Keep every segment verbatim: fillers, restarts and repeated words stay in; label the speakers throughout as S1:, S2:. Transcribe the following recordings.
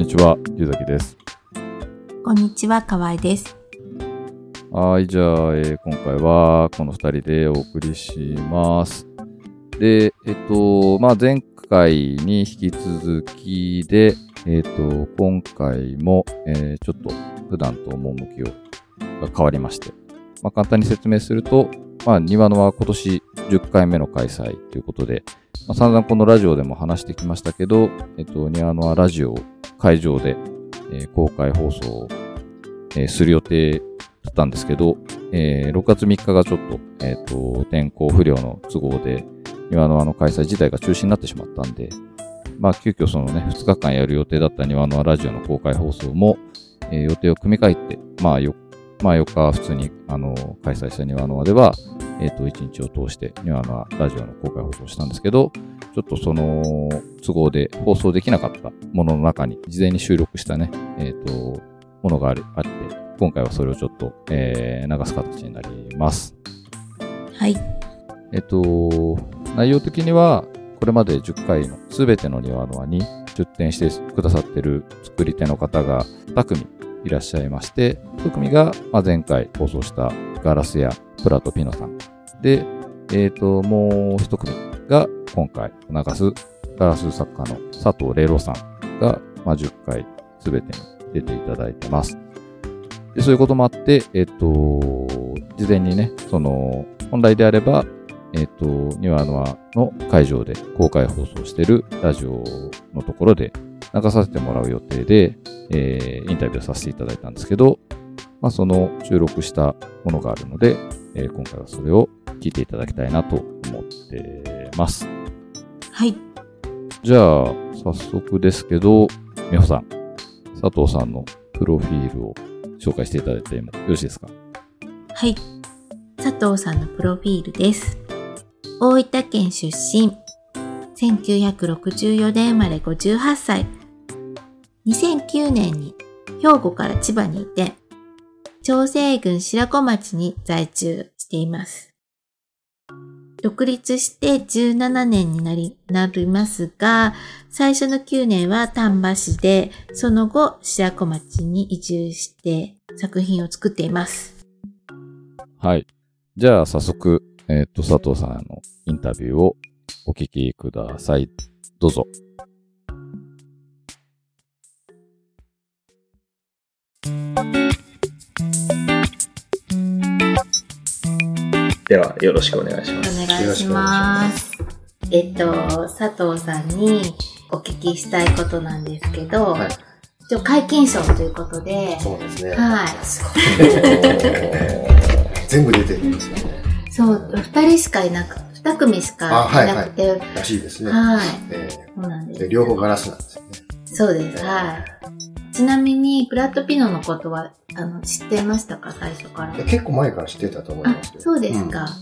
S1: にちは、ゆうざきです。
S2: こんにちは、かわいです。
S1: はい、じゃあ、えー、今回はこのふたりでお送りします。で、えっと、まあ、前回に引き続きで、えっと、今回も、えー、ちょっと普段と趣が変わりまして、まあ、簡単に説明すると、まあ、庭のは今年じゅっかいめの開催ということで、まあ、散々このラジオでも話してきましたけど、えっと、庭のはラジオ会場で、えー、公開放送を、えー、する予定だったんですけど、えー、ろくがつみっかがちょっと、えっと、天候不良の都合で、庭のあの開催自体が中止になってしまったんで、まあ、急遽そのね、ふつかかんやる予定だった庭のラジオの公開放送も、えー、予定を組み替えて、まあ、よ、まあ、よっか普通に、あの、開催した庭の輪では、えっと、いちにちを通して庭のラジオの公開放送をしたんですけど、ちょっとその都合で放送できなかったものの中に、事前に収録したね、えっと、ものがある、あって、今回はそれをちょっと、えー、流す形になります。
S2: はい。
S1: えっと、内容的には、これまでじゅっかいのすべての庭の輪に出展してくださっている作り手の方がに組いらっしゃいまして、ひと組が、まあ、前回放送したガラスやプラとピノさん。で、えっと、もうひと組が今回流すガラス作家の佐藤玲郎さんが、まあ、じゅっかいすべてに出ていただいてます。で、そういうこともあって、えっと、事前にね、その、本来であれば、えっと、庭の輪の会場で公開放送しているラジオのところで流させてもらう予定で、えー、インタビューさせていただいたんですけど、まあ、その収録したものがあるので、えー、今回はそれを聞いていただきたいなと思ってます。
S2: はい。
S1: じゃあ、早速ですけど、美穂さん、佐藤さんのプロフィールを紹介していただいてもよろしいですか？
S2: はい。佐藤さんのプロフィールです。大分県出身。せんきゅうひゃくろくじゅうよねん生まれごじゅうはっさい。にせんきゅうねんに兵庫から千葉にいて、長生郡白子町に在住しています。独立してじゅうななねんになり、なりますが、最初のきゅうねんは丹波市で、その後白子町に移住して作品を作っています。
S1: はい。じゃあ早速、えっと、佐藤さんのインタビューをお聞きください。どうぞ。
S3: ではよろしくお願いします。
S2: お願いします。えっと、佐藤さんにお聞きしたいことなんですけど、はい、一応皆勤賞ということで。
S4: そうですね。
S2: はい。
S4: すごい。全部出てるんですよね。
S2: そう、二人しかいなく、二組しかいなくて。
S4: はいはい、らしいですね。
S2: はい。
S4: えー、
S2: そうなんです。
S4: で、両方ガラスなんですよね。
S2: そうです。はい。ちなみに、プラットピノのことは、あの、知ってましたか、最初から。
S4: 結構前から知ってたと思いますけど。
S2: そうですか。うん、はい、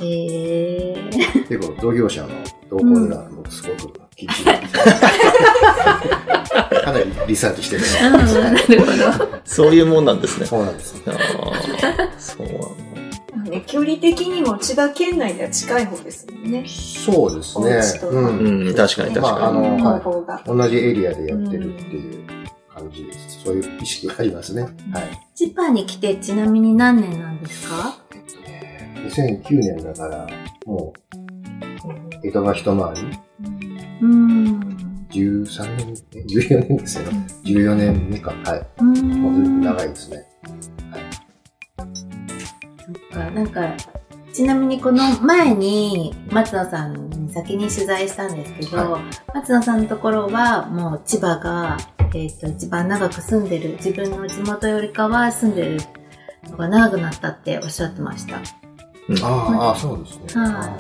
S2: えー。
S4: 結構、同業者の動向では、僕すごく気にしてるんですかなりリサーチしてる。
S2: ああ、なるほど。
S3: そういうもんなんですね。
S4: そうなんですね。
S3: あそうなんだ。
S5: ね、距離的にも千葉県内では近い方ですもんね。
S4: そうですね。
S3: うんうん、確かに確かに。
S4: まあ、あの、はい、同じエリアでやってるっていう感じです。そういう意識がありますね。はい。
S2: 千葉に来てちなみに何年なんですか？
S4: にせんきゅうねんだから、もう、江戸が一回り、
S2: うん、
S4: じゅうさんねん、じゅうよねんですよね。じゅうよねんめか。はい。うん、もうずっと長いですね。はい。
S2: そっか、なんか、ちなみにこの前に松野さんに先に取材したんですけど、はい、松野さんのところはもう千葉が、えっと、一番長く住んでる、自分の地元よりかは住んでるのが長くなったっておっしゃってました。
S4: うん、ああ、そうですね。
S2: はい。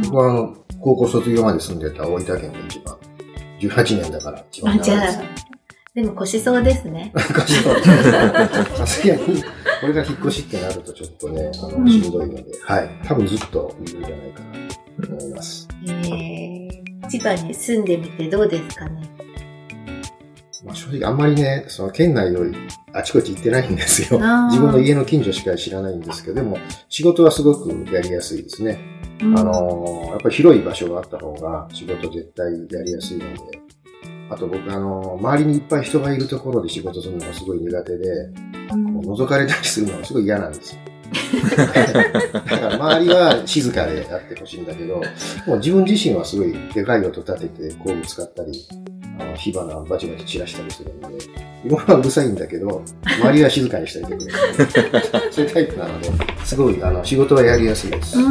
S4: 僕はあの、高校卒業まで住んでた大分県が一番、じゅうはちねんだから一番長いです。
S2: でも腰そうですね。
S4: 腰そうですね。さすがに、これが引っ越しってなるとちょっとね、あの、しんどいので、うん、はい。多分ずっといるんじゃないかなと思います。
S2: えー、千葉に住んでみてどうですかね？
S4: まあ、正直あんまりね、その県内よりあちこち行ってないんですよ。自分の家の近所しか知らないんですけど、でも仕事はすごくやりやすいですね。うん、あのー、やっぱり広い場所があった方が仕事絶対やりやすいので、 あと僕、あの、周りにいっぱい人がいるところで仕事するのがすごい苦手で、
S2: うん、
S4: 覗かれたりするのがすごい嫌なんですよ。だから周りは静かでやってほしいんだけど、もう自分自身はすごいでかい音立てて工具使ったり、あの火花をバチバチ散らしたりするんで、今はうるさいんだけど、周りは静かにしておいてくれる。そういうタイプなので、すごいあの仕事はやりやすいです。
S2: うん、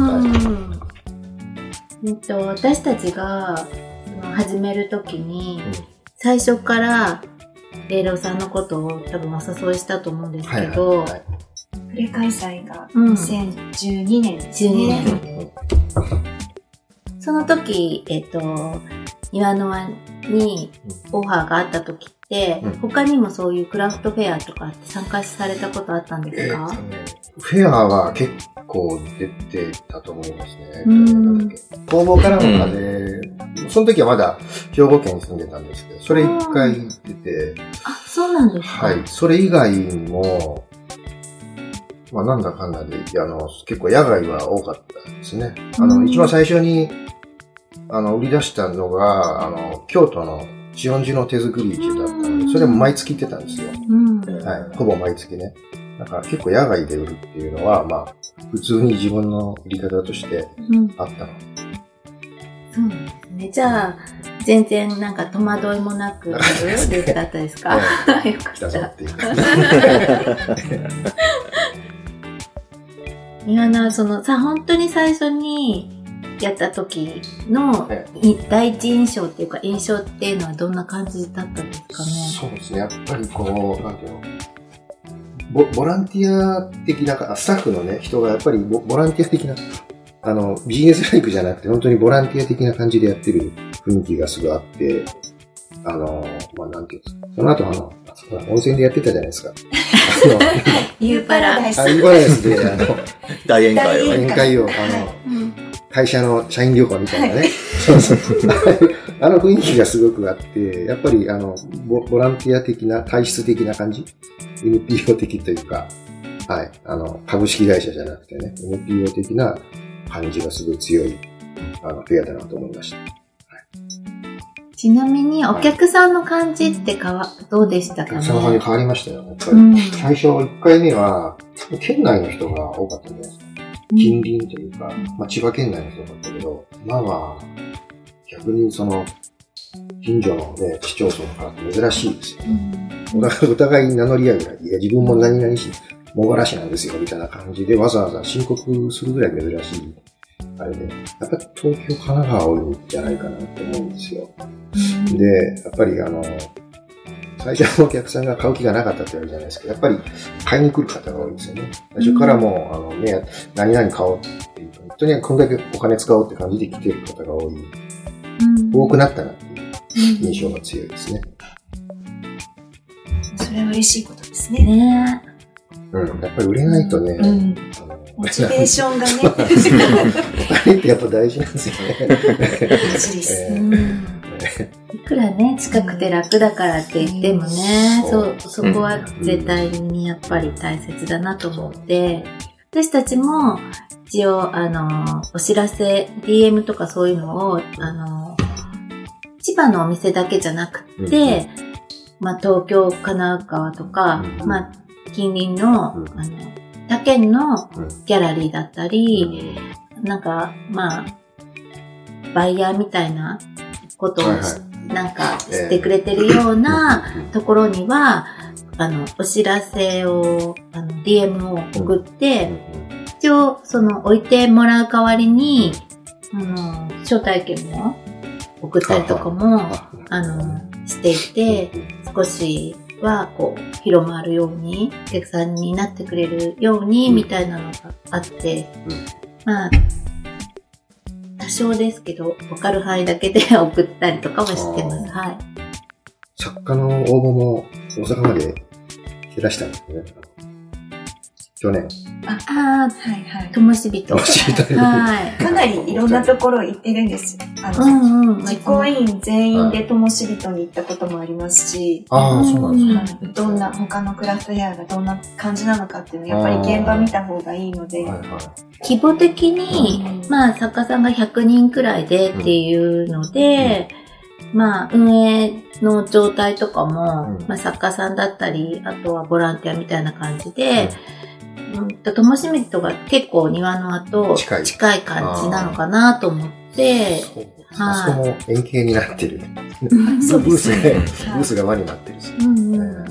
S2: えっと、私たちがその始めるときに、うん、最初からレイローさんのことを多分お誘いしたと思うんですけど、はいはいはい、
S5: プレ開催がにせんじゅうにねんですね。じゅうにねん
S2: その時、えっと、岩の輪にオファーがあった時って、うん、他にもそういうクラフトフェアとかって参加されたことあったんですか？
S4: えーね、フェアは結構出てたと思いますね。工房からの風、その時はまだ兵庫県に住んでたんですけど、それ一回出て、
S2: あ、そうなんですか？
S4: はい。それ以外にも、まあなんだかんだで、あの、結構野外は多かったですね。あの、一番最初に、あの、売り出したのが、あの、京都の千音寺の手作り市だったので、それも毎月行ってたんですよ。はい。ほぼ毎月ね。だから結構野外で売るっていうのは、まあ、普通に自分の売り方としてあったの。
S2: うん、そうなんですね。じゃあ、全然なんか戸惑いもなく売るレースだったですか？よかった。っていう今のそのさ、本当に最初にやった時の第一印象っていうか印象っていうのはどんな感じだったんですかね？
S4: そうですね。やっぱりこう、なんていうの、ボ, ボランティア的な、スタッフのね、人がやっぱり ボ, ボランティア的な、あの、ビジネスライクじゃなくて本当にボランティア的な感じでやってる雰囲気がすごいあって、あの、まあ、なんていうんですか。その後あの、温泉でやってたじゃないですか。
S2: ユーパラダイス。
S4: ユーパラダイスで、あの、
S3: 大宴会を。
S4: 大宴会を、あの、会社の社員旅行みたいなね。そうそう。あの雰囲気がすごくあって、やっぱりあのボ、ボランティア的な、体質的な感じ エヌピーオー 的というか、はい。あの、株式会社じゃなくてね、エヌピーオー 的な感じがすごい強い、あの、フェアだなと思いました。はい、
S2: ちなみに、お客さんの感じってかわ、どうでしたかね？
S4: お客さんの感じ変わりましたよ、やっぱり。うん、最初いっかいめは、県内の人が多かったんじゃないですか。近隣というか、まあ、千葉県内の人だったけど、まあまあ、逆にその、近所のね、市町村からって珍しいですよね。うん、お互いに名乗り合うぐらい、いや、自分も何々し、茂原市なんですよ、みたいな感じで、わざわざ申告するぐらい珍しい、あれで、やっぱり東京、神奈川多いんじゃないかなと思うんですよ。うん、で、やっぱりあの、最初のお客さんが買う気がなかったって言われるじゃないですか。やっぱり買いに来る方が多いですよね。最初からもう、あのね、何々買おうっていう、本当にこんだけお金使おうって感じで来てる方が多い。うん、多くなったなっていう印象が強いですね。
S5: それは嬉しいことですね。ね
S4: うん。やっぱり売れないとね、うん、
S5: あのモチベーションがね。
S4: お金ってやっぱ大事なんですよね。
S5: 大事です。えー
S2: いくらね、近くて楽だからって言ってもね、うん、そう、そこは絶対にやっぱり大切だなと思って、私たちも一応、あの、お知らせ、ディーエム とかそういうのを、あの、千葉のお店だけじゃなくて、うん、まあ、東京、神奈川とか、うん、まあ、近隣の、うん、あの、他県のギャラリーだったり、うん、なんか、まあ、バイヤーみたいなことを、はいはい、なんか知ってくれてるようなところには、あの、お知らせを、あの、ディーエム を送って、一応、その、置いてもらう代わりに、あの、招待券も送ったりとかも、あの、していて、少しは、こう、広まるように、お客さんになってくれるように、みたいなのがあって、まあ、多少ですけど、わかる範囲だけで送ったりとかはしてます。はい。
S4: 作家の応募も大阪まで出だしたんですね。去年。
S2: ああ、はいはい。ともしびと。
S4: ともしびと。
S5: はい。かなりいろんなところ行ってるんですよ。あの、うんうん、実行委員全員でともしびとに行ったこともありますし。
S4: ああ、そうなんです
S5: か。どんな、他のクラフトフェアがどんな感じなのかっていうのは、やっぱり現場見た方がいいので。はいはい、
S2: 規模的に、うん、まあ、作家さんがひゃくにんくらいでっていうので、 まあ、運営の状態とかも、
S4: うん
S2: まあ、作家さんだったり、あとはボランティアみたいな感じで、うんと、ともしみとが結構庭の後
S4: 近い
S2: 近い感じなのかなと思って、
S4: そうですね。
S2: はい
S4: あそこも円形になってる。
S5: そう
S4: ブースが、
S5: ですね。
S4: ブースが輪になってるし。
S2: うんうん
S4: え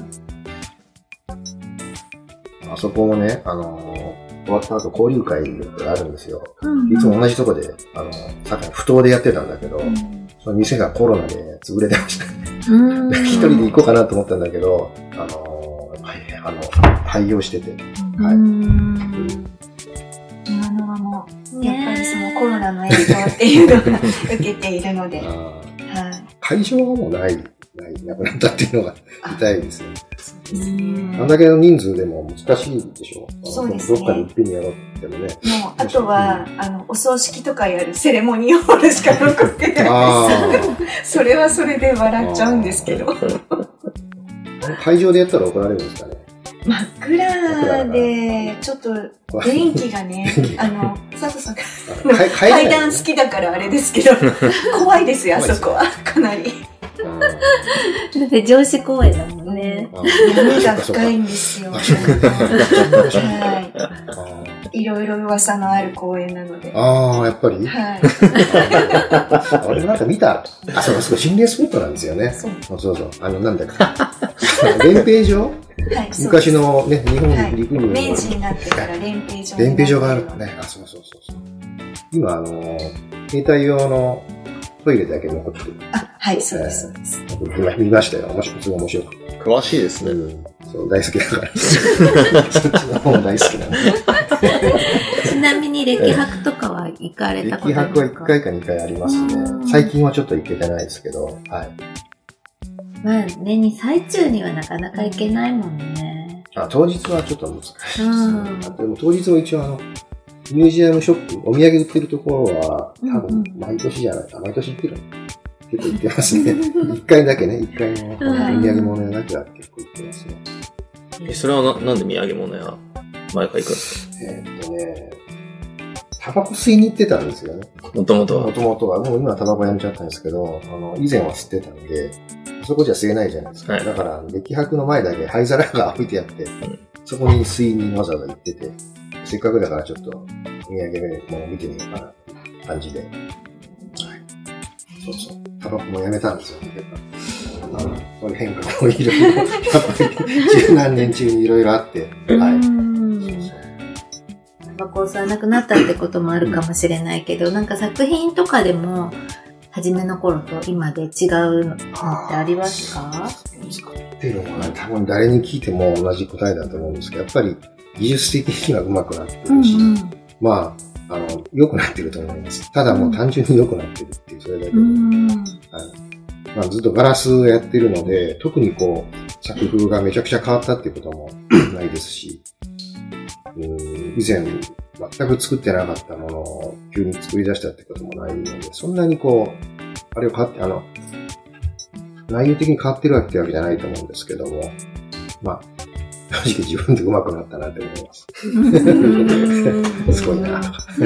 S4: ーあそこもね、あのー、終わった後交流会があるんですよ。
S2: うん
S4: いつも同じとこで、あの、さっき不当でやってたんだけど、その店がコロナで潰れてました。
S2: うん
S4: 一人で行こうかなと思ったんだけど、あのー、はいあの、廃業してて。はい
S2: うん
S5: 庭の輪も、やっぱりそのコロナの影響っていうのが受けているので、
S4: あー
S5: はい。
S4: 会場はもうない、ない、なくなったっていうのが痛いですね。
S5: そうですね。
S4: あんだけの人数でも難しいでしょ。あの
S5: そうですね
S4: どっかでいっぺんにやろうってもね。
S5: もう、あとは、あの、お葬式とかやるセレモニーホールしか残ってない
S4: あ
S5: です。それはそれで笑っちゃうんですけど。
S4: あ。会場でやったら怒られるんですかね。
S5: 真っ暗で、ちょっと、電気がね、あの、佐藤さんが
S4: あか階
S5: 階段好きだからあれですけど、怖いですよ、あそこは。かなり。
S2: だって上司公演だもんね。
S5: 闇が深いんですよ。はい。いろいろ噂のある公園なので。
S4: ああ、やっぱり
S5: はい。
S4: 俺もなんか見た。あ、そう、そこ心霊スポットなんですよね。
S5: そう。
S4: そうそう。あの、なんだか。練兵場
S5: はい、
S4: 昔のね、日本
S5: はい
S4: 陸軍の
S5: 明治になってから練兵場
S4: 練兵場があるのね。あ、そうそうそうそう。今、あの、兵隊用のトイレだけ残ってる。
S5: あ、はい、そうです、そうです。
S4: 今見ましたよ。面白い、すごい面白かった。
S3: 詳しいですね。
S4: うん、そう、大好きだから。そっちの方も大好きなんで。
S2: ちなみに歴博とかは行かれたこと
S4: 歴
S2: ありますか？
S4: 博はいっかいかにかいありますね。最近はちょっと行けてないですけど、はい。
S2: まあ、年に最中にはなかなか行けないもんね。
S4: あ、当日はちょっと難しいですね。
S2: うん
S4: でも当日も一応あの、ミュージアムショップ、お土産売ってるところは、多
S2: うん
S4: 分毎年じゃないか、毎年行ってるの。結構行ってますね。一回だけね、一回のお土産物だけは結構行ってますね。
S3: えそれはななんで土産物屋前から行くんです
S4: えーっとね、タバコ吸いに行ってたんですよね。
S3: か？もともとは。
S4: もともとは、もう今はタバコやめちゃったんですけど、あの、以前は吸ってたんで、そこじゃ吸えないじゃないですか。
S3: はい
S4: だから、歴博の前だけ灰皿が置いてあって、
S3: ん
S4: そこに吸いにわざわざ行ってて、せっかくだからちょっと、お土産物を見てみようかなっていう感じで。はい。そうそう。タバコもやめたんですよ、あのそういう変化もいろいろ、やっぱり十何年中にいろいろあって、はい。
S2: うん
S4: そうそう
S2: タバコを吸わなくなったってこともあるかもしれないけど、なんか作品とかでも、初めの頃と今で違うのってありますか？
S4: 使ってるのは多分誰に聞いても同じ答えだと思うんですけど、やっぱり技術的には上手くなってるし、まあ、あの、良くなってると思います。ただもう単純に良くなってるっていう、それだけで。
S2: うん
S4: はいまあ、ずっとガラスをやってるので、特にこう、作風がめちゃくちゃ変わったっていうこともないですし、うん以前全く作ってなかったものを急に作り出したってこともないので、そんなにこう、あれを変わって、あの、内容的に変わってるわけってわけじゃないと思うんですけども、まあ、正直自分で上手くなったなって思います。すごいな。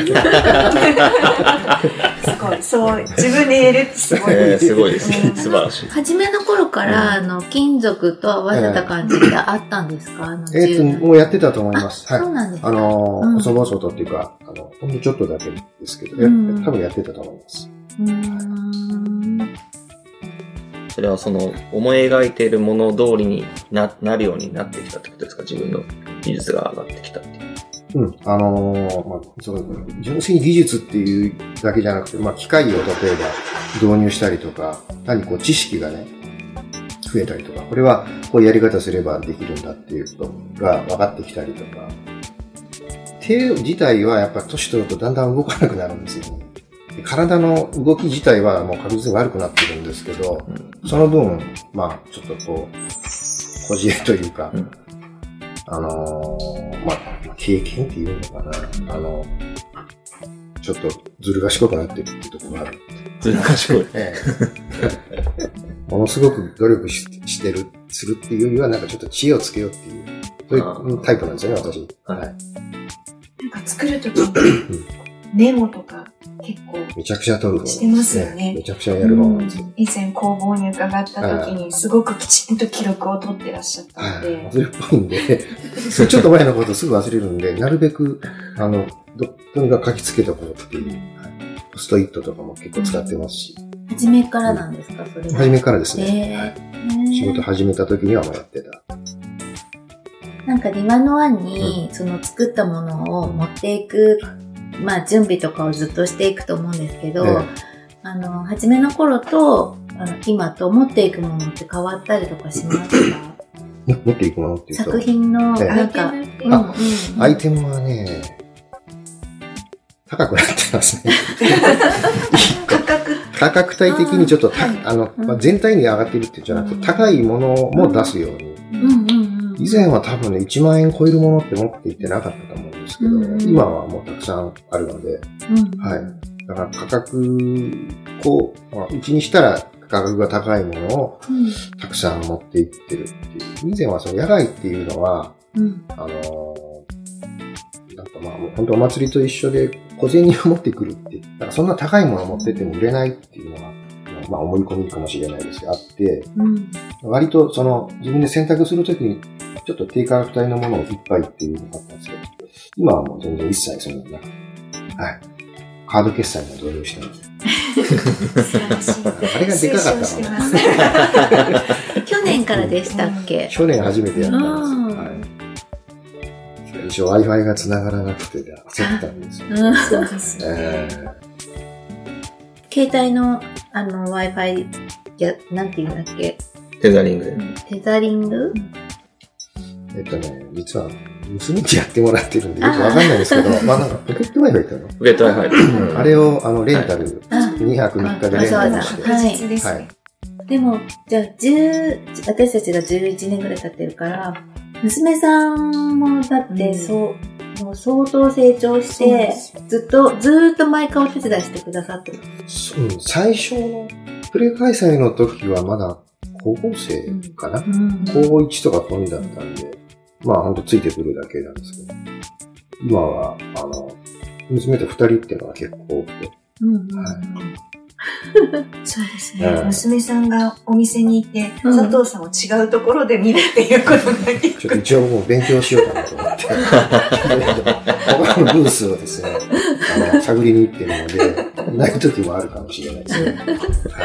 S5: すごい。そう、自分で言えるってすごい。
S3: えー、すごいですね。
S5: うん
S3: 素晴らしい。
S2: 初めの頃から、あの、金属と合わせた感じってあったんですか？あの、
S4: えっと、
S2: 自由な
S4: もうやってたと思います。
S2: あ
S4: はい。
S2: そうなんですか？
S4: あのー、
S2: うん
S4: 細々とっていうか、あの、ほんのちょっとだけですけど、や
S2: うん
S4: 多分やってたと思います。
S2: うーん
S3: それはその思い描いているもの通りに な, なるようになってきたってことですか？自分の技術が上がってきたっていう。
S4: うん。あのー、まあ、その、純粋に技術っていうだけじゃなくて、まあ、機械を例えば導入したりとか、何こう知識がね、増えたりとか、これはこういうやり方すればできるんだっていうことが分かってきたりとか、手自体はやっぱ年取るとだんだん動かなくなるんですよね。体の動き自体はもう確実に悪くなってるんですけど、
S3: うん
S4: その分、まあ、ちょっとこう、こじれというか、
S3: うん
S4: あのー、まあ、経験っていうのかな、あの、ちょっとずる賢くなってるっていうところがある。
S3: ずる賢い。
S4: ええ、ものすごく努力 し, してる、するっていうよりは、なんかちょっと知恵をつけようっていう、そういうタイプなんですよね、私。
S3: はい
S4: はい。
S5: なんか作るときにメモとか結構
S4: めちゃくちゃ撮る方
S5: してますよね。
S4: めちゃくちゃやる方なんですよ。
S5: 以前工房に伺った時にすごくきちんと記録を取ってらっしゃったので。
S4: 忘れっぽいんで、ちょっと前のことすぐ忘れるんで、なるべく、あの、ど、とにかく書きつけとこうっていう、はい、ポストイットとかも結構使ってますし。
S2: 初めからなんですか、それは。
S4: 初めからですね。
S2: えー
S4: はい、仕事始めた時にはもうやってた。
S2: なんか庭の輪に、その作ったものを持っていく、まあ準備とかをずっとしていくと思うんですけど、
S4: ええ、
S2: あの、初めの頃と、あの今と持っていくものって変わったりとかしますか？
S4: 持っていくものっていうと。
S2: 作品の、なんか、
S4: ええ、あ、うん、アイテムはね、高くなってますね。
S5: 価格
S4: 価格帯的にちょっとた、あの、まあ、全体に上がってるっていうんじゃなくて、高いものも出すように。以前は多分ね、いちまんえん超えるものって持っていってなかったと思うんですけど、うん、今はもうたくさんあるので、うん、はい。だから価格を、まあ、うちにしたら価格が高いものをたくさん持っていってるっていう。以前はその野外っていうのは、うん、あのー、なんかまあもう本当お祭りと一緒で小銭を持ってくるって、だからそんな高いものを持ってっても売れないっていうのが、まあ思い込みかもしれないですけど、あって、うん、割とその自分で選択するときにちょっと低価格帯のものをいっぱいっていうのがあったんですけど、今はもう全然一切そのなくて、はい。カード決済も導入してます。
S5: 素晴らしい。
S4: あれがでかかったの。
S2: 去年からでしたっけ？
S4: 去年初めてやったんです。はい。最初 Wi-Fi が繋がらなくて焦ったんですよ。
S5: そうですね。
S2: 携帯のあの Wi-Fi や、なんていうんだっけ？
S3: テザリングで。
S2: テザリング？
S4: えっとね、実は娘にやってもらってるんでよくわかんないんですけど、まあなんかポケット Wi-Fi っての？
S3: ポケット Wi-Fi。は
S4: い、あれをあのレンタル、にはくみっかでレンタルして。
S5: はい。ですね。
S2: でも、じゃあ、10、私たちがじゅういちねんぐらい経ってるから、娘さんもだって、そう、もう相当成長して、ずっと、ずーっと毎回お手伝いしてくださってます。
S4: うん、最初のプレ開催の時はまだ高校生かな、うん、高いちとか高にだったんで、まあほんとついてくるだけなんですけど、今は、あの、娘と二人っていうのが結構多くて、
S2: うんうん
S4: はい
S5: そうですね、うん。娘さんがお店に行って、うん、佐藤さんを違うところで見るっていうことが結構。
S4: ちょっと一応もう勉強しようかなと思って。他のブースをですね、あの、探りに行ってるので、いない時もあるかもしれないですね。はい。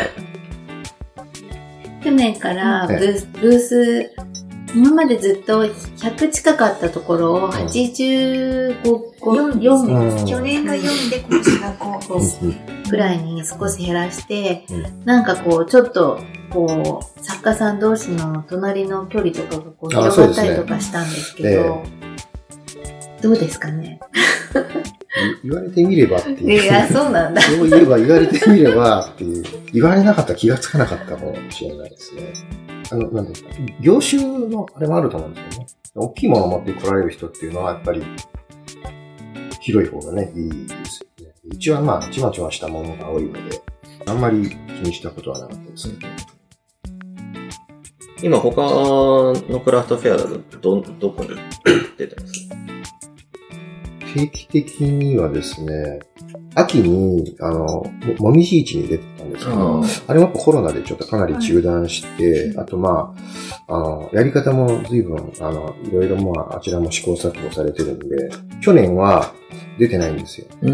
S2: 去年からブース、ブース、今までずっとひゃく近かったところをはちじゅうご、
S5: よん、よん、去年がよんで今年がご
S2: くらいに少し減らして、なんかこうちょっとこう作家さん同士の隣の距離とかがこう広がったりとかしたんですけど、どうですかね？
S4: 言われてみればっていう。
S2: いや、そうなんだ。
S4: そう言えば言われてみればっていう。言われなかったら気がつかなかったかもしれないですね。あの、なんですか。業種のあれもあると思うんですよね。大きいものを持って来られる人っていうのはやっぱり広い方がね、いいですよね。うちはまあ、ちまちましたものが多いので、あんまり気にしたことはなかったですね。
S3: 今他のクラフトフェアだとど、どこに出てます？
S4: 定期的にはですね、秋に、あの、もみじ市に出てたんですけど、あれもコロナでちょっとかなり中断して、はい、あとまあ、あの、やり方も随分、あの、いろいろまあ、あちらも試行錯誤されてるんで、去年は出てないんですよ。うん、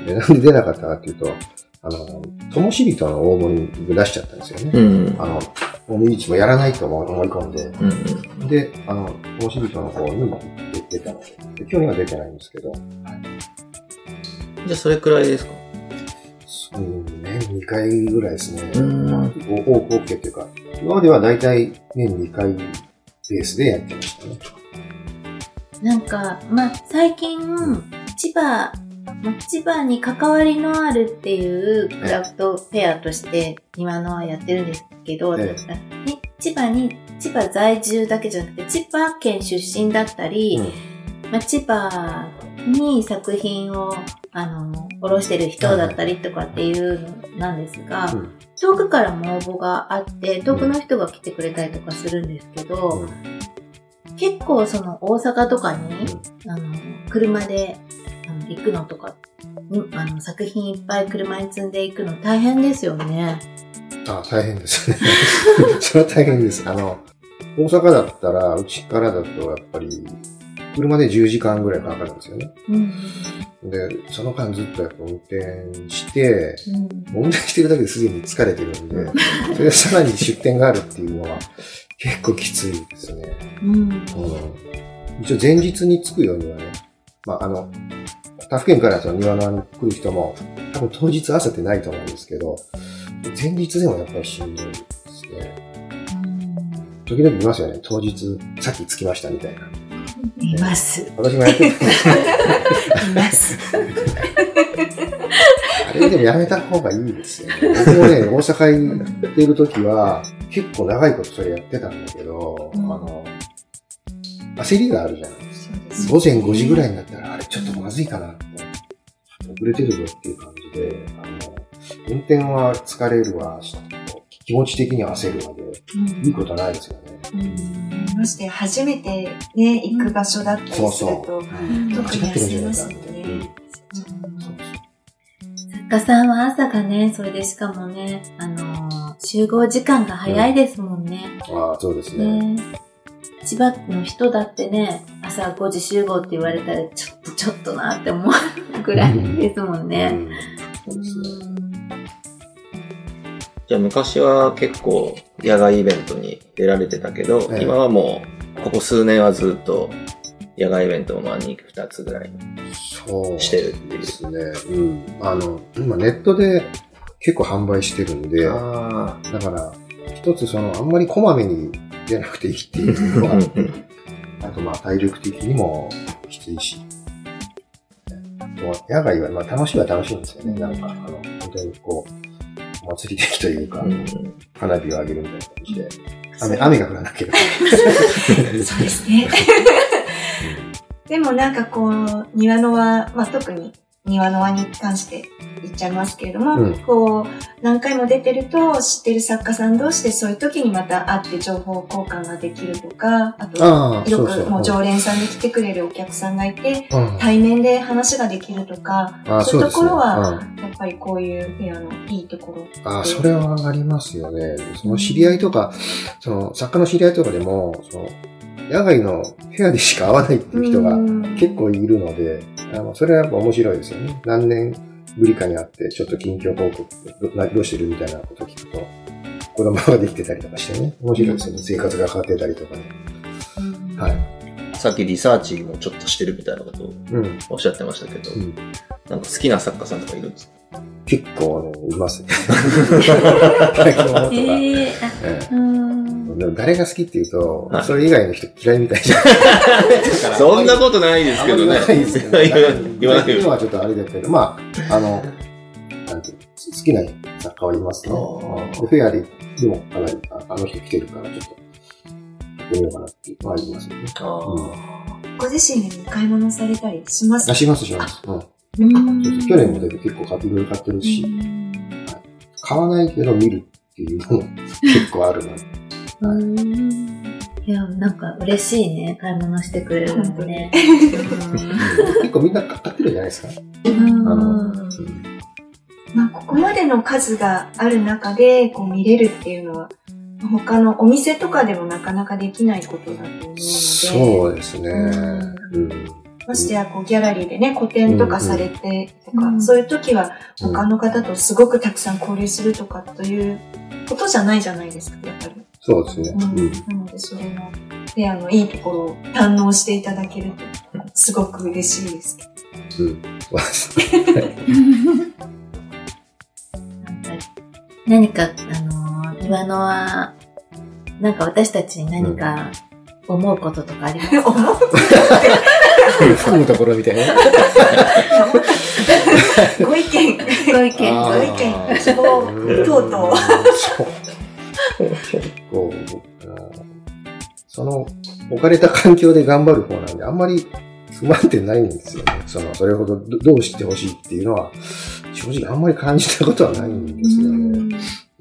S4: でなんで出なかったかっていうと、あの、ともしびとの応募に出しちゃったんですよね。うん、あの、もみじ市もやらないと思い込んで、うん、で、あの、ともしびとの方に出たので、で去年は出てないんですけど、はい、
S3: じゃあそれくらいですか？
S4: うん、年にかいぐらいですね。うん。まあ、合計っていうか、今まではだいたい年にかいベースでやってましたね。
S2: なんか、まあ、最近、うん、千葉、千葉に関わりのあるっていうクラフトフェアとして今のはやってるんですけど、ええ、千葉に、千葉在住だけじゃなくて、千葉県出身だったり、うんまあ、千葉に作品をあの下ろしてる人だったりとかっていうのなんですが、うん、遠くからも応募があって遠くの人が来てくれたりとかするんですけど、うん、結構その大阪とかに、うん、あの車であの行くのとかっあの作品いっぱい車に積んでいくの大変ですよね。
S4: あ、大変ですね。それは大変です。あの、大阪だったら、うちからだとやっぱり、車でじゅうじかんぐらいかかるんですよね。うん、で、その間ずっとやっぱ運転して、うん、運転してるだけですでに疲れてるんで、それでさらに出店があるっていうのは結構きついですね。うんうん、一応前日に着くようにはね、まあ、あの、他府県からその庭のに来る人も、多分当日朝ってないと思うんですけど、前日でもやっぱりしんどいですね。時々いますよね。当日、さっき着きましたみたいな。
S2: います。
S4: 私もやってる。い
S2: ます。
S4: あれでもやめた方がいいですよね。僕もね、大阪行ってる時は、結構長いことそれやってたんだけど、うん、あの、焦りがあるじゃないですか。午前ごじぐらいになったら、あれちょっとまずいかなって、遅れてるぞっていう感じで、あの、運転は疲れるわ、気持ち的には焦るわで、うん、いいことないですよね。
S5: うん、まして初めてね、行く場所だったりすると、そうそう、特に焦りますよね。
S2: 作家さんは朝がね、それでしかもね、あのー、集合時間が早いですもんね。
S4: うん、ああ、そうですね。ね、
S2: 千葉の人だってね、朝ごじ集合って言われたら、ちょっとちょっとなって思うぐらいですもんね。うんうん、そうですね。
S3: じゃあ昔は結構野外イベントに出られてたけど、ええ、今はもうここ数年はずっと野外イベントをまあに、ふたつぐらいしてるっていう。
S4: そうですね。うん。あの、今ネットで結構販売してるんで、あだから一つそのあんまりこまめに出なくていいっていうのは、あとまあ体力的にもきついし、野外はまあ楽しいは楽しいんですよね。なんかあの本当にこう。お祭り的というか、うん、花火を上げるみたいな感じで、雨、雨が降らなければ。
S5: そうですね。でもなんかこう、庭の輪、まあ特に庭の輪に関して言っちゃいますけれども、うん、こう、何回も出てると知ってる作家さん同士でそういう時にまた会って情報交換ができるとか、あと、あよくもう常連さんで来てくれるお客さんがいて、うん、対面で話ができるとか、そういうところは、やっぱりこういうフェアのいいところ。
S4: ああ、それはありますよね。その知り合いとか、その作家の知り合いとかでも、その野外のフェアでしか会わないっていう人が結構いるので、あのそれはやっぱ面白いですよね。何年ぶりかに会って、ちょっと近況報告、どうしてるみたいなことを聞くと、子供ができてたりとかしてね、面白いですよね。生活が変わってたりとかね。はい。
S3: さっきリサーチもちょっとしてるみたいなことをおっしゃってましたけど、うん、なんか好きな作家さんとかいるんですか？
S4: 結構、ね、いますね。えーえー、でも誰が好きっていうと、はい、それ以外の人嫌いみたいじゃん。
S3: そんなことないですけどね。ないですけど、ね。
S4: 言わない。今はちょっとあれだけど、まあ、あの、なんていう好きな作家はいますね。フェアで、でもかなり、あの人来てるから、ちょっと、やってみようかなっていうのはありますよね。
S5: うん、ご自身で買い物されたりしますか？
S4: します、します。うんうん、去年もで結構いろいろ買ってるし、はい、買わないけど見るっていうのも結構あるな。
S2: はい、いや、なんか嬉しいね、買い物してくれるのね。
S4: 結構みんな買ってるんじゃないですか。
S5: あの、うん、まあ、ここまでの数がある中でこう見れるっていうのは、他のお店とかでもなかなかできないことだと思うので。
S4: そうですね。うん
S5: ましてや、こう、ギャラリーでね、個展とかされてとか、うんうん、そういう時は、他の方とすごくたくさん交流するとかということじゃないじゃないですか、やっぱり。
S4: そうですね。うん、
S5: なので、それの、フェアのいいところを堪能していただけると、すごく嬉しいです。うん。そうですね。
S2: 何か、あのー、岩野は、なんか私たちに何か、思うこととかありますか？思うこと
S4: 含むところみたいな。
S5: ご意見。
S2: ご意見。
S5: ご意見。希望。とうとう。
S4: 結構、その、置かれた環境で頑張る方なんで、あんまり不満点ないんですよね。その、それほどどうしてほしいっていうのは、正直あんまり感じたことはないんですよね。うんうん、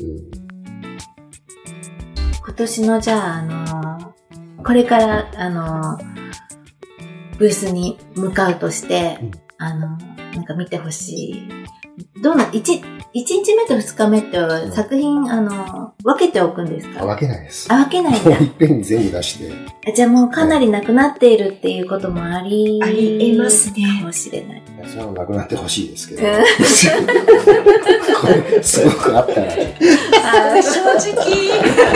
S2: 今年の、じゃあ、あのー、これから、あの、ブースに向かうとして、うん、あの、 なんか見てほしい。どんな、一、一日目と二日目って作品、あの、分けておくんですか？
S4: 分けないです。
S2: あ、分けないんだ。
S4: もういっぺんに全部出して。
S2: じゃあもうかなりなくなっているっていうこともあり、
S5: あり得ますね。
S2: かもしれない。
S4: それはなくなってほしいですけど。これ、すごくあったら。
S5: あ、正直。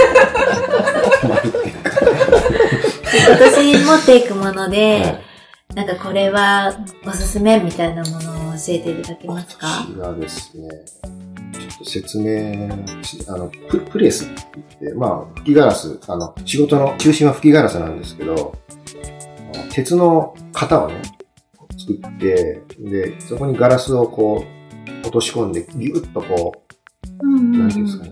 S2: 今年持っていくもので、はい、なんかこれはおすすめみたいなものを教えていただけますか？
S4: 私はですね、ちょっと説明あのプ、プレスって言って、まあ、吹きガラス、あの、仕事の中心は吹きガラスなんですけど、鉄の型をね、作って、で、そこにガラスをこう、落とし込んで、ギュッとこう、うんうんうん、なんていうんですかね。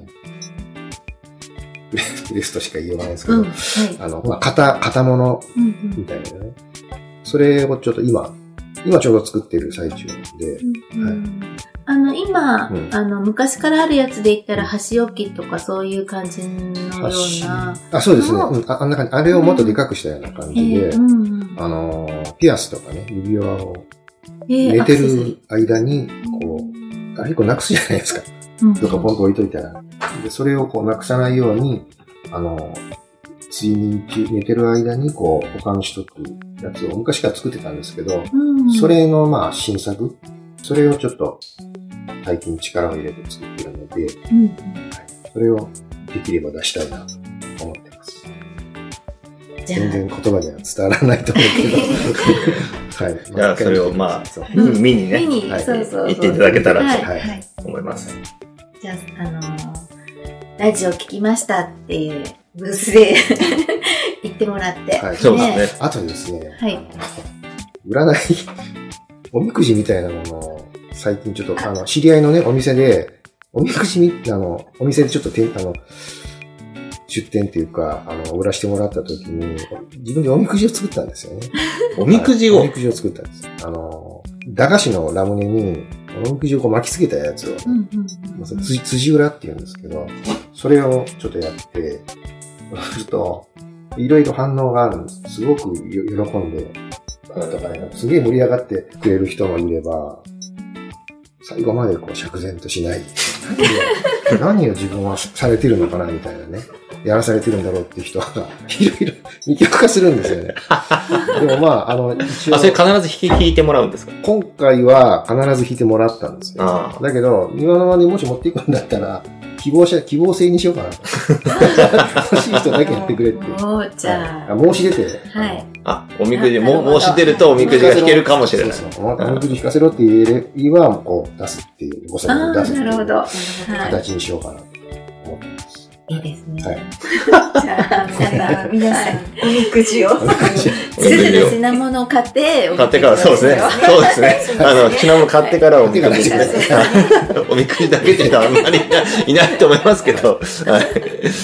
S4: プレスとしか言いようがないですけど、うんはい、あの、まあ、型、型物みたいなね、うんうん。それをちょっと今、今ちょうど作っている最中で、うんうん
S2: はい、あの、今、うん、あの、昔からあるやつで言ったら、箸置きとかそういう感じのような。
S4: あ、そうですね、うん。あ、あんな感じ。あれをもっとでかくしたような感じで、うんうんうん、あの、ピアスとかね、指輪を寝てる間に、こう、あれこうなくすじゃないですか。どっかポンと置いといたら。で、それをこうなくさないように、あの、睡眠中、寝てる間にこう保管しとくやつを昔から作ってたんですけど、うん、それのまあ新作、それをちょっと最近力を入れて作ってるので、うんはい、それをできれば出したいなと思ってます。全然言葉には伝わらないと思うけど、はい。
S3: じゃあそれをまあ、うん、見にね、見に、はい、そうそうそう言っていただけたらと、はいはい、思います。
S2: じゃあ、あのー、ラジオ聞きましたっていうブースで言ってもらって。
S4: はい、そうですね。あとですね、はい、占い、おみくじみたいなものを最近ちょっと、あの、知り合いのね、お店で、おみくじみ、あの、お店でちょっとて、あの、出店っていうか、あの、売らしてもらった時に、自分でおみくじを作ったんですよね。
S3: おみくじを
S4: おみくじを作ったんです。あの、駄菓子のラムネに、おみくじをこう巻きつけたやつを、うんうんうん、辻, 辻裏って言うんですけど、それをちょっとやって、そうすると、いろいろ反応があるんです。すごく喜んで、だからね、すげえ盛り上がってくれる人もいれば、最後までこう釈然としない。何を自分はされてるのかなみたいなね。やらされてるんだろうっていう人は、いろいろ二極化するんですよね。でもまあ、あの、一応。
S3: あ、それ必ず弾いてもらうんですか？
S4: 今回は必ず弾いてもらったんですよ。あだけど、庭の間にもし持っていくんだったら、希望者、希望制にしようかなと。欲しい人だけやってくれって。
S2: もう、じゃあ。
S4: 申し出て。
S2: はい。
S3: あ、おみくじ、も申し出るとおみくじが弾けるかもしれない。そうそう。
S4: おみくじ弾かせろって言えれば、こう、出すっていう、ごさに出すっていう。
S2: なるほど。
S4: 形にしようかなと思ってます。
S2: いいですね。
S4: はい。
S2: じゃあ、皆さん、皆さん、おみくじを。すぐに品物を買って、
S3: 買ってから、そうですね。そうですね。あの、品物買ってからおみくじ。おみくじだけっていうのはあんまりいないと思いますけど。はい。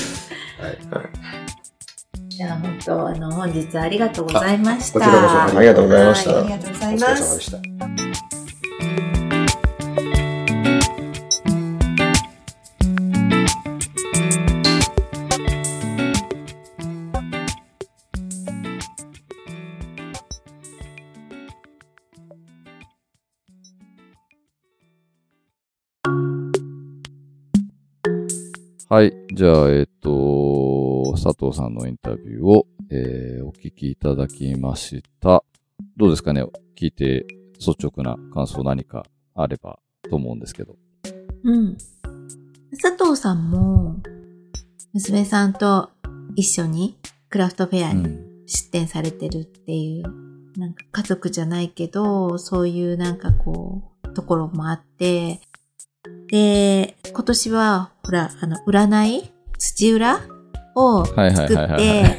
S2: じゃあ、本当、あの、本日ありがとうございました。
S4: こちらこそ
S3: ありがとうございました。
S5: ありがとうございます。
S4: お疲れ様でした。
S1: はい。じゃあ、えっと、佐藤さんのインタビューを、えー、お聞きいただきました。どうですかね？聞いて率直な感想何かあればと思うんですけど。
S2: うん。佐藤さんも、娘さんと一緒にクラフトフェアに出展されてるっていう、うん、なんか家族じゃないけど、そういうなんかこう、ところもあって、で、今年は、ほら、あの、占い土浦を作って、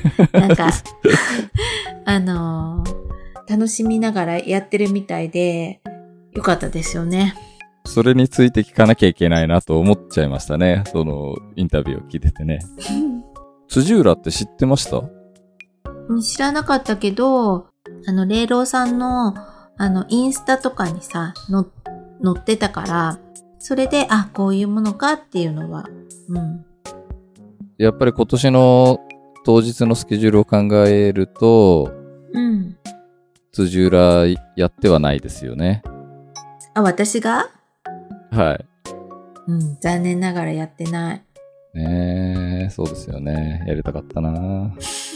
S2: なんか、あのー、楽しみながらやってるみたいで、よかったですよね。
S1: それについて聞かなきゃいけないなと思っちゃいましたね。その、インタビューを聞いててね。土浦って知ってました？
S2: 知らなかったけど、あの、霊郎さんの、あの、インスタとかにさ、の載ってたから、それで、あ、こういうものかっていうのは、うん。
S1: やっぱり今年の当日のスケジュールを考えると、
S2: うん。
S1: 辻浦やってはないですよね。
S2: あ、私が？
S1: はい。
S2: うん、残念ながらやってない。
S1: ねえ、そうですよね。やりたかったな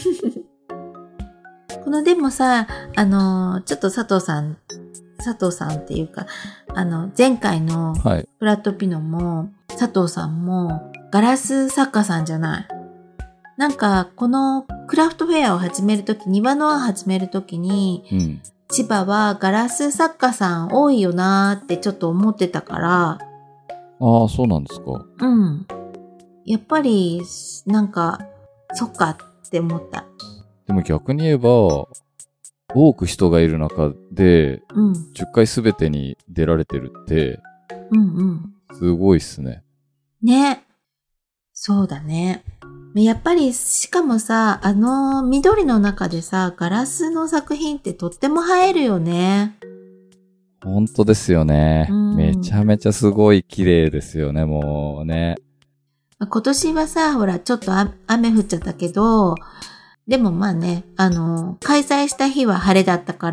S2: このでもさ、あの、ちょっと佐藤さん、佐藤さんっていうか、あの、前回のプラットピノも、はい、佐藤さんもガラス作家さんじゃない。なんか、このクラフトフェアを始めるとき、庭の輪始めるときに、うん、千葉はガラス作家さん多いよなーってちょっと思ってたから。
S1: ああ、そうなんですか。
S2: うん。やっぱり、なんか、そっかって思った。
S1: でも逆に言えば、多く人がいる中で、うん、じゅっかいすべてに出られてるって、うんうん。すごいっすね。
S2: ね。そうだね。やっぱり、しかもさ、あの緑の中でさ、ガラスの作品ってとっても映えるよね。
S1: 本当ですよね。うん、めちゃめちゃすごい綺麗ですよね、もうね。
S2: 今年はさ、ほら、ちょっと雨降っちゃったけど、でもまあね、あの、開催した日は晴れだったから、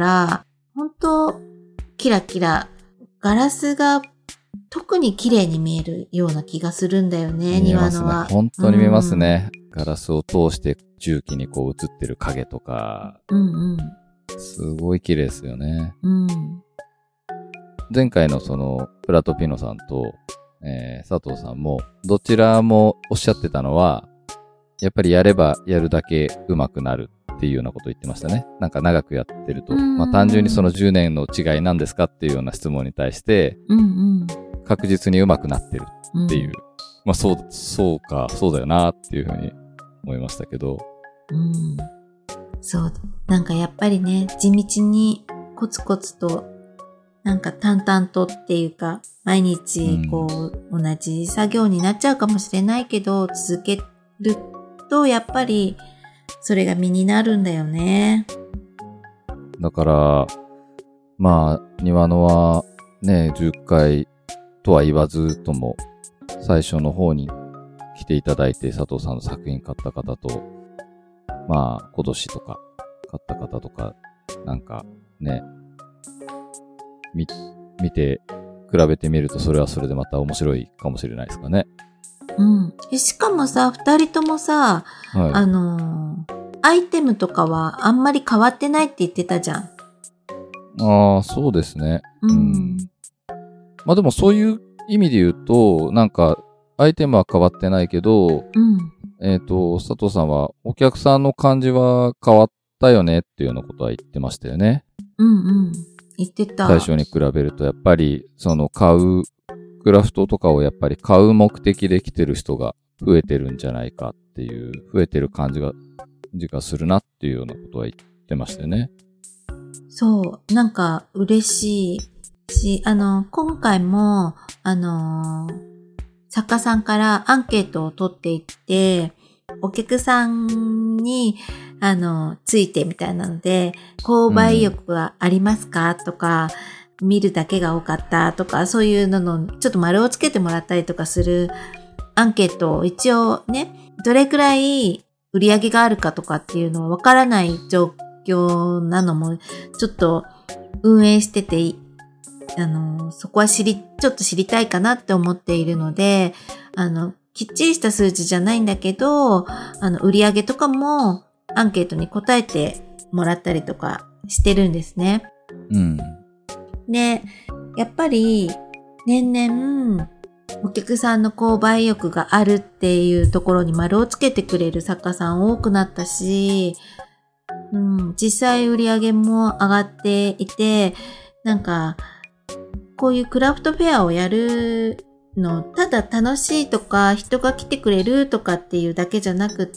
S2: 本当キラキラ、ガラスが特に綺麗に見えるような気がするんだよね、庭のは。
S1: 本当に見えますね。うん、ガラスを通して重機にこう映ってる影とか。うんうん。すごい綺麗ですよね。うん。前回のその、プラトピノさんと、えー、佐藤さんも、どちらもおっしゃってたのは、やっぱりやればやるだけ上手くなるっていうようなことを言ってましたね。なんか長くやってると。まあ単純にそのじゅうねんの違いなんですかっていうような質問に対して、うんうん、確実に上手くなってるっていう。うん、まあそう、そうか、そうだよなっていうふうに思いましたけど。
S2: うん。そう。なんかやっぱりね、地道にコツコツと、なんか淡々とっていうか、毎日こう、うん、同じ作業になっちゃうかもしれないけど、続けるとやっぱりそれが身になるんだよね。
S1: だからまあ庭のはねじゅっかいとは言わずとも最初の方に来ていただいて佐藤さんの作品買った方とまあ今年とか買った方とかなんかねみ見て比べてみるとそれはそれでまた面白いかもしれないですかね。
S2: うん。しかもさ、二人ともさ、はい、あのー、アイテムとかはあんまり変わってないって言ってたじゃん。
S1: ああ、そうですね。うん。うん、まあでもそういう意味で言うと、なんか、アイテムは変わってないけど、うん、えっと、佐藤さんはお客さんの感じは変わったよねっていうようなことは言ってましたよね。
S2: うんうん。言ってた。
S1: 最初に比べると、やっぱり、その買う、クラフトとかをやっぱり買う目的で来てる人が増えてるんじゃないかっていう、増えてる感じが、じがするなっていうようなことは言ってましたよね。
S2: そう、なんか嬉しいし、あの、今回も、あの、作家さんからアンケートを取っていって、お客さんに、あの、ついてみたいなので、購買意欲はありますか、うん、とか、見るだけが多かったとか、そういうのの、ちょっと丸をつけてもらったりとかするアンケートを一応ね、どれくらい売り上げがあるかとかっていうのはわからない状況なのも、ちょっと運営してて、あの、そこは知り、ちょっと知りたいかなって思っているので、あの、きっちりした数字じゃないんだけど、あの、売り上げとかもアンケートに答えてもらったりとかしてるんですね。うん。で、やっぱり年々お客さんの購買意欲があるっていうところに丸をつけてくれる作家さん多くなったし、うん、実際売り上げも上がっていて、なんかこういうクラフトフェアをやるの、ただ楽しいとか人が来てくれるとかっていうだけじゃなくって、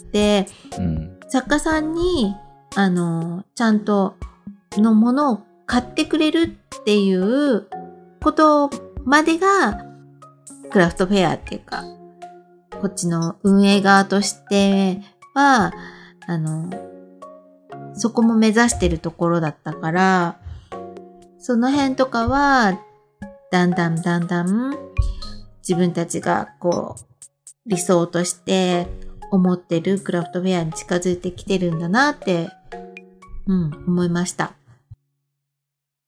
S2: うん、作家さんにあのちゃんとのものを買ってくれるっていうことまでがクラフトフェアっていうか、こっちの運営側としては、あの、そこも目指してるところだったから、その辺とかは、だんだんだんだん自分たちがこう、理想として思ってるクラフトフェアに近づいてきてるんだなって、うん、思いました。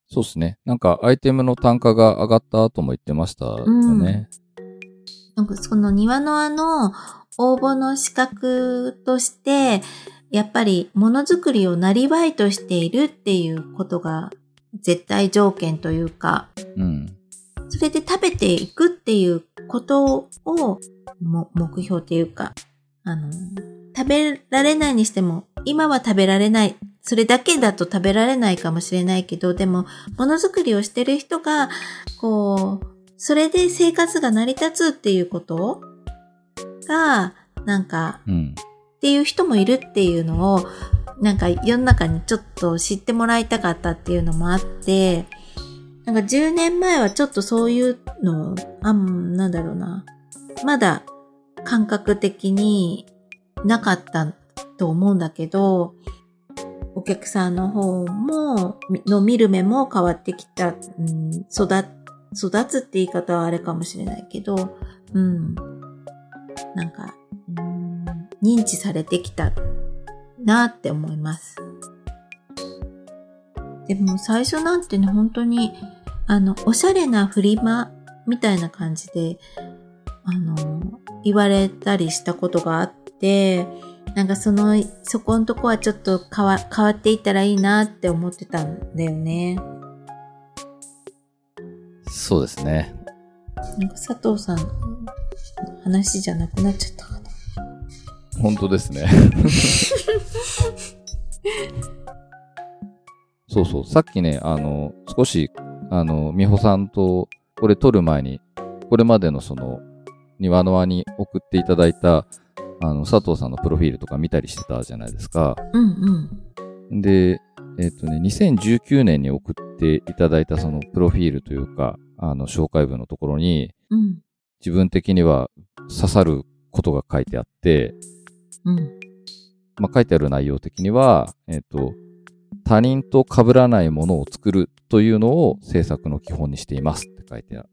S1: そうですね。なんかアイテムの単価が上がったとも言ってましたよね。
S2: うん、なんかその庭の輪の応募の資格として、やっぱりものづくりをなりわいとしているっていうことが絶対条件というか、
S1: うん、
S2: それで食べていくっていうことをも目標っていうか、あの、食べられないにしても、今は食べられない、それだけだと食べられないかもしれないけど、でも、ものづくりをしてる人が、こう、それで生活が成り立つっていうことが、なんか、うん、っていう人もいるっていうのを、なんか世の中にちょっと知ってもらいたかったっていうのもあって、なんかじゅうねんまえはちょっとそういうの、あん、なんだろうな、まだ感覚的になかったと思うんだけど、お客さんの方も、の見る目も変わってきた、うん、育、育つって言い方はあれかもしれないけど、うん、なんか、うん、認知されてきたなって思います。でも最初なんてね、本当に、あの、おしゃれなフリマみたいな感じで、あの、言われたりしたことがあって、なんかその、そこのとこはちょっと変わ、変わっていったらいいなって思ってたんだよね。
S1: そうですね。
S2: なんか佐藤さんの話じゃなくなっちゃったかな。
S1: 本当ですね。そうそう。さっきね、あの、少し、あの、美穂さんと、これ撮る前に、これまでのその、庭の輪に送っていただいた、あの、佐藤さんのプロフィールとか見たりしてたじゃないですか。
S2: うん
S1: うん。で、えっとね、にせんじゅうきゅうねんに送っていただいたその、プロフィールというか、あの、紹介文のところに、
S2: うん、
S1: 自分的には刺さることが書いてあって、
S2: うん。
S1: まあ、書いてある内容的には、えっと、他人と被らないものを作るというのを制作の基本にしていますって書いてあって、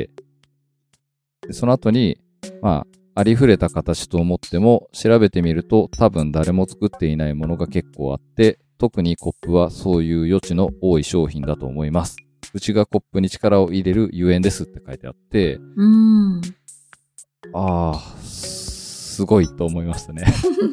S1: でその後に、まあ、ありふれた形と思っても調べてみると多分誰も作っていないものが結構あって、特にコップはそういう余地の多い商品だと思います。うちがコップに力を入れるゆえんですって書いてあって、
S2: うーん。
S1: ああ、すごいと思いましたね。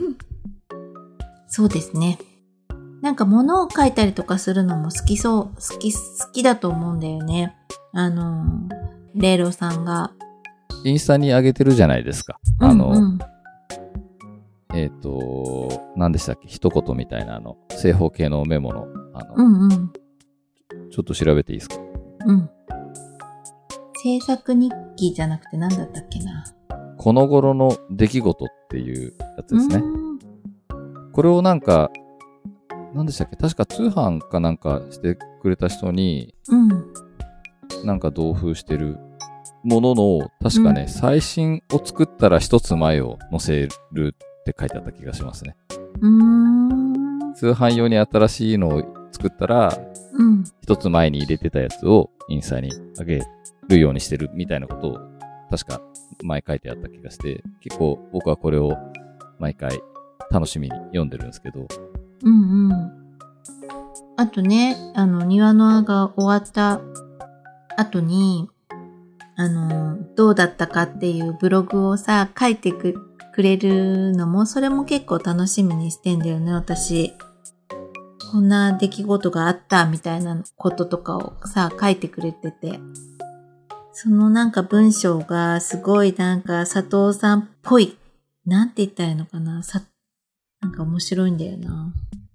S2: そうですね。なんか物を書いたりとかするのも好きそう、好き、好きだと思うんだよね。あの、レイロさんが。
S1: インスタに上げてるじゃないですか。
S2: うんうん、
S1: あの、えっと、何でしたっけ？一言みたいなあの、正方形のメモの、あの、
S2: うんうん、
S1: ちょっと調べていいですか？
S2: うん。制作日記じゃなくて何だったっけな。
S1: この頃の出来事っていうやつですね。これをなんか、何でしたっけ？確か通販かなんかしてくれた人に、
S2: うん、
S1: なんか同封してるものの、確かね、うん、最新を作ったら一つ前を載せるって書いてあった気がしますね。
S2: うーん、
S1: 通販用に新しいのを作ったら、
S2: うん、
S1: 一つ前に入れてたやつをインスタに上げるようにしてるみたいなことを確か前書いてあった気がして、結構僕はこれを毎回楽しみに読んでるんですけど。
S2: うんうん。あとね、あの、庭の輪が終わった後に、あの、どうだったかっていうブログをさ、書いてく、くれるのも、それも結構楽しみにしてんだよね、私。こんな出来事があったみたいなこととかをさ、書いてくれてて。そのなんか文章がすごいなんか佐藤さんっぽい。なんて言ったらいいのかな。さ、なんか面白いんだよな。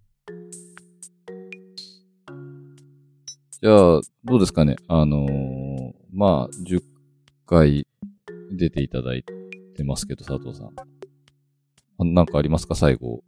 S1: じゃあ、どうですかね。あのー、まあ、じゅっかい出ていただいてますけど、佐藤さん。なんかありますか、最後。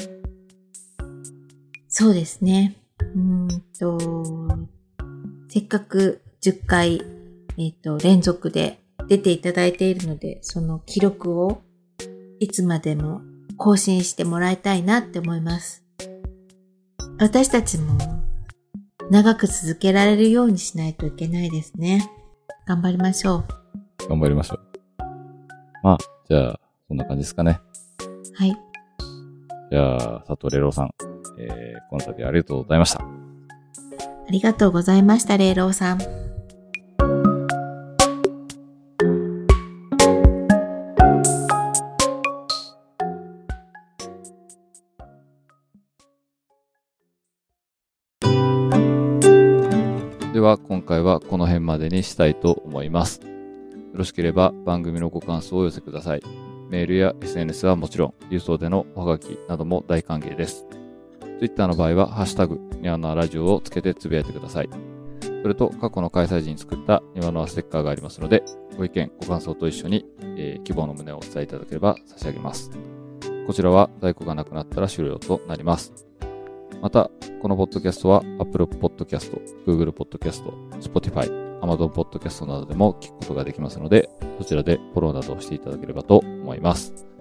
S2: そうですね。うーんと、せっかくじゅっかい、えっと、連続で出ていただいているので、その記録をいつまでも更新してもらいたいなって思います。私たちも長く続けられるようにしないといけないですね。頑張りましょう。
S1: 頑張りましょう。まあ、じゃあ、そんな感じですかね。
S2: はい。
S1: じゃあ、佐藤レロさん、えー、この度ありがとうございました。
S2: ありがとうございました、れいろうさん。
S1: では今回はこの辺までにしたいと思います。よろしければ番組のご感想をお寄せください。メールや エスエヌエス はもちろん、郵送でのおはがきなども大歓迎です。Twitter の場合は、ハッシュタグ、にわのわラジオをつけてつぶやいてください。それと、過去の開催時に作ったにわのわステッカーがありますので、ご意見、ご感想と一緒に、えー、希望の旨をお伝えいただければ差し上げます。こちらは在庫がなくなったら終了となります。また、このポッドキャストは Apple Podcast、Google Podcast、Spotify、Amazon Podcast などでも聞くことができますので、そちらでフォローなどをしていただければと思います。